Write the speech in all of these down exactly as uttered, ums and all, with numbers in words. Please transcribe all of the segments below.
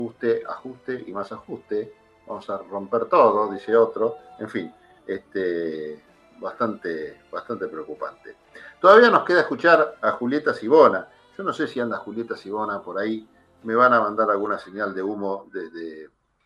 ajuste, ajuste y más ajuste. Vamos a romper todo, dice otro. En fin, este, bastante, bastante preocupante. Todavía nos queda escuchar a Julieta Sibona. Yo no sé si anda Julieta Sibona por ahí. Me van a mandar alguna señal de humo desde,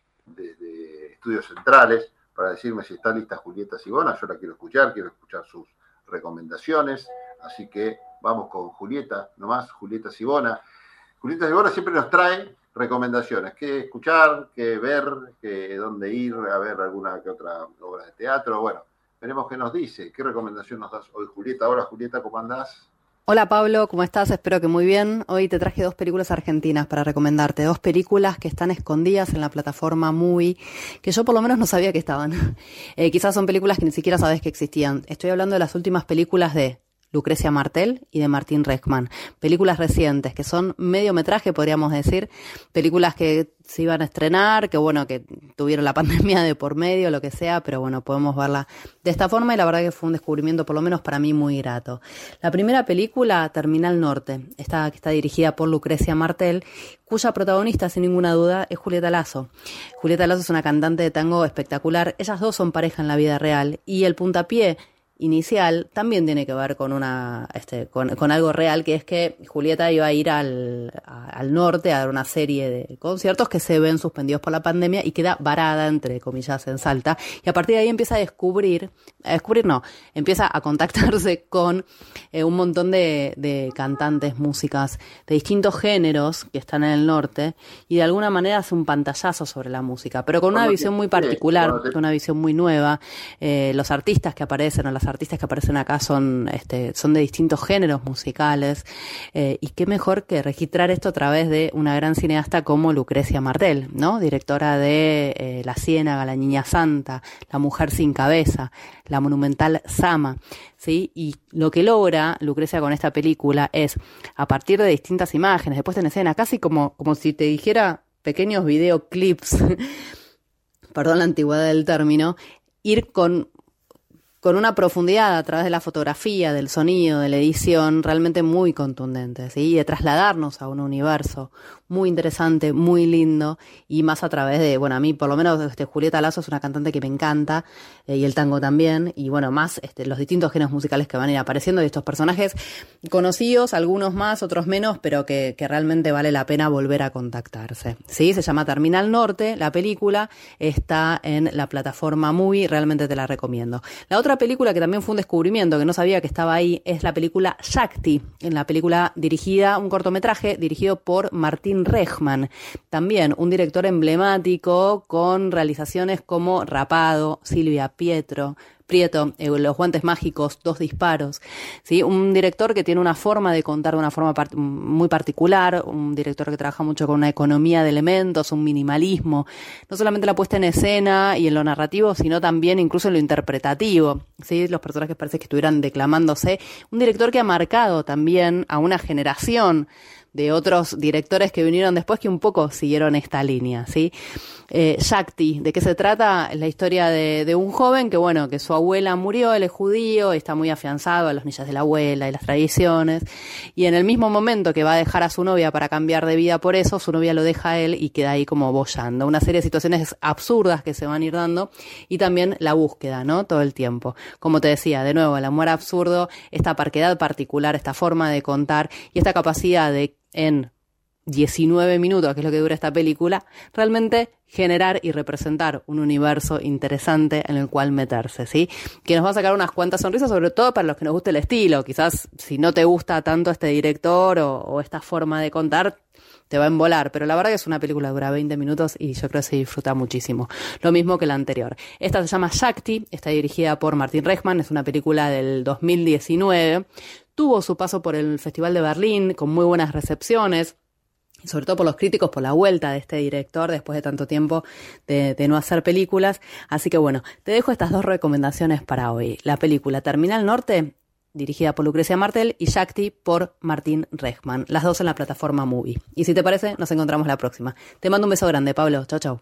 desde Estudios Centrales para decirme si está lista Julieta Sibona. Yo la quiero escuchar, quiero escuchar sus recomendaciones. Así que vamos con Julieta, nomás, Julieta Sibona. Julieta Sibona siempre nos trae recomendaciones, qué escuchar, qué ver, qué, dónde ir a ver alguna que otra obra de teatro. Bueno, veremos qué nos dice, qué recomendación nos das hoy, Julieta. Hola, Julieta, ¿cómo andás? Hola Pablo, ¿cómo estás? Espero que muy bien. Hoy te traje dos películas argentinas para recomendarte, dos películas que están escondidas en la plataforma Movie, que yo por lo menos no sabía que estaban. Eh, quizás son películas que ni siquiera sabes que existían. Estoy hablando de las últimas películas de Lucrecia Martel y de Martín Rejkman. Películas recientes, que son mediometraje, podríamos decir. Películas que se iban a estrenar, que bueno, que tuvieron la pandemia de por medio, lo que sea, pero bueno, podemos verla de esta forma y la verdad que fue un descubrimiento, por lo menos para mí, muy grato. La primera película, Terminal Norte, esta, que está dirigida por Lucrecia Martel, cuya protagonista, sin ninguna duda, es Julieta Lazo. Julieta Lazo es una cantante de tango espectacular. Ellas dos son pareja en la vida real y el puntapié inicial también tiene que ver con una este con, con algo real, que es que Julieta iba a ir al, a, al norte a dar una serie de conciertos que se ven suspendidos por la pandemia y queda varada, entre comillas, en Salta, y a partir de ahí empieza a descubrir, a descubrir no, empieza a contactarse con eh, un montón de, de cantantes, músicas de distintos géneros que están en el norte, y de alguna manera hace un pantallazo sobre la música, pero con una visión muy particular, con una visión muy nueva. Eh, los artistas que aparecen o las artistas que aparecen acá son, este, son de distintos géneros musicales, eh, y qué mejor que registrar esto a través de una gran cineasta como Lucrecia Martel, ¿no? Directora de eh, La Ciénaga, La Niña Santa, La Mujer Sin Cabeza, la monumental Sama, ¿sí? Y lo que logra Lucrecia con esta película es, a partir de distintas imágenes, de puesta en escena, casi como, como si te dijera pequeños videoclips, perdón la antigüedad del término, ir con con una profundidad a través de la fotografía, del sonido, de la edición, realmente muy contundente, ¿sí? Y de trasladarnos a un universo muy interesante, muy lindo, y más a través de, bueno, a mí por lo menos este, Julieta Lazo es una cantante que me encanta, eh, y el tango también, y bueno, más este, los distintos géneros musicales que van a ir apareciendo, y estos personajes conocidos, algunos más, otros menos, pero que, que realmente vale la pena volver a contactarse, ¿sí? Se llama Terminal Norte, la película está en la plataforma Movie, realmente te la recomiendo. La otra película que también fue un descubrimiento, que no sabía que estaba ahí, es la película Shakti, en la película dirigida, un cortometraje dirigido por Martín Rejkman, también un director emblemático con realizaciones como Rapado, Silvia Pietro, Prieto, eh, Los Guantes Mágicos, Dos Disparos, ¿sí? Un director que tiene una forma de contar de una forma part- muy particular, un director que trabaja mucho con una economía de elementos, un minimalismo, no solamente la puesta en escena y en lo narrativo, sino también incluso en lo interpretativo, ¿sí? Los personajes parece que estuvieran declamándose. Un director que ha marcado también a una generación de otros directores que vinieron después que un poco siguieron esta línea, ¿sí? Eh, Shakti, ¿de qué se trata? Es la historia de, de un joven que, bueno, que su abuela murió, él es judío, está muy afianzado a los millas de la abuela y las tradiciones, y en el mismo momento que va a dejar a su novia para cambiar de vida por eso, su novia lo deja a él y queda ahí como boyando. Una serie de situaciones absurdas que se van a ir dando, y también la búsqueda, ¿no? Todo el tiempo. Como te decía, de nuevo, el amor absurdo, esta parquedad particular, esta forma de contar y esta capacidad de en diecinueve minutos, que es lo que dura esta película, realmente generar y representar un universo interesante en el cual meterse, ¿sí? Que nos va a sacar unas cuantas sonrisas, sobre todo para los que nos guste el estilo. Quizás si no te gusta tanto este director o, o esta forma de contar, te va a embolar, pero la verdad que es una película que dura veinte minutos y yo creo que se disfruta muchísimo. Lo mismo que la anterior. Esta se llama Shakti, está dirigida por Martín Rejkman, es una película del dos mil diecinueve. Tuvo su paso por el Festival de Berlín con muy buenas recepciones, sobre todo por los críticos, por la vuelta de este director después de tanto tiempo de, de no hacer películas. Así que bueno, te dejo estas dos recomendaciones para hoy. La película Terminal Norte, dirigida por Lucrecia Martel, y Shakti por Martín Rejkman. Las dos en la plataforma Movie. Y si te parece, nos encontramos la próxima. Te mando un beso grande, Pablo. Chau, chau.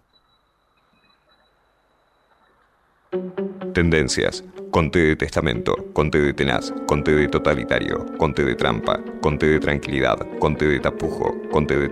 Tendencias. Conté de testamento, conté de tenaz, conté de totalitario, conté de trampa, conté de tranquilidad, conté de tapujo, conté de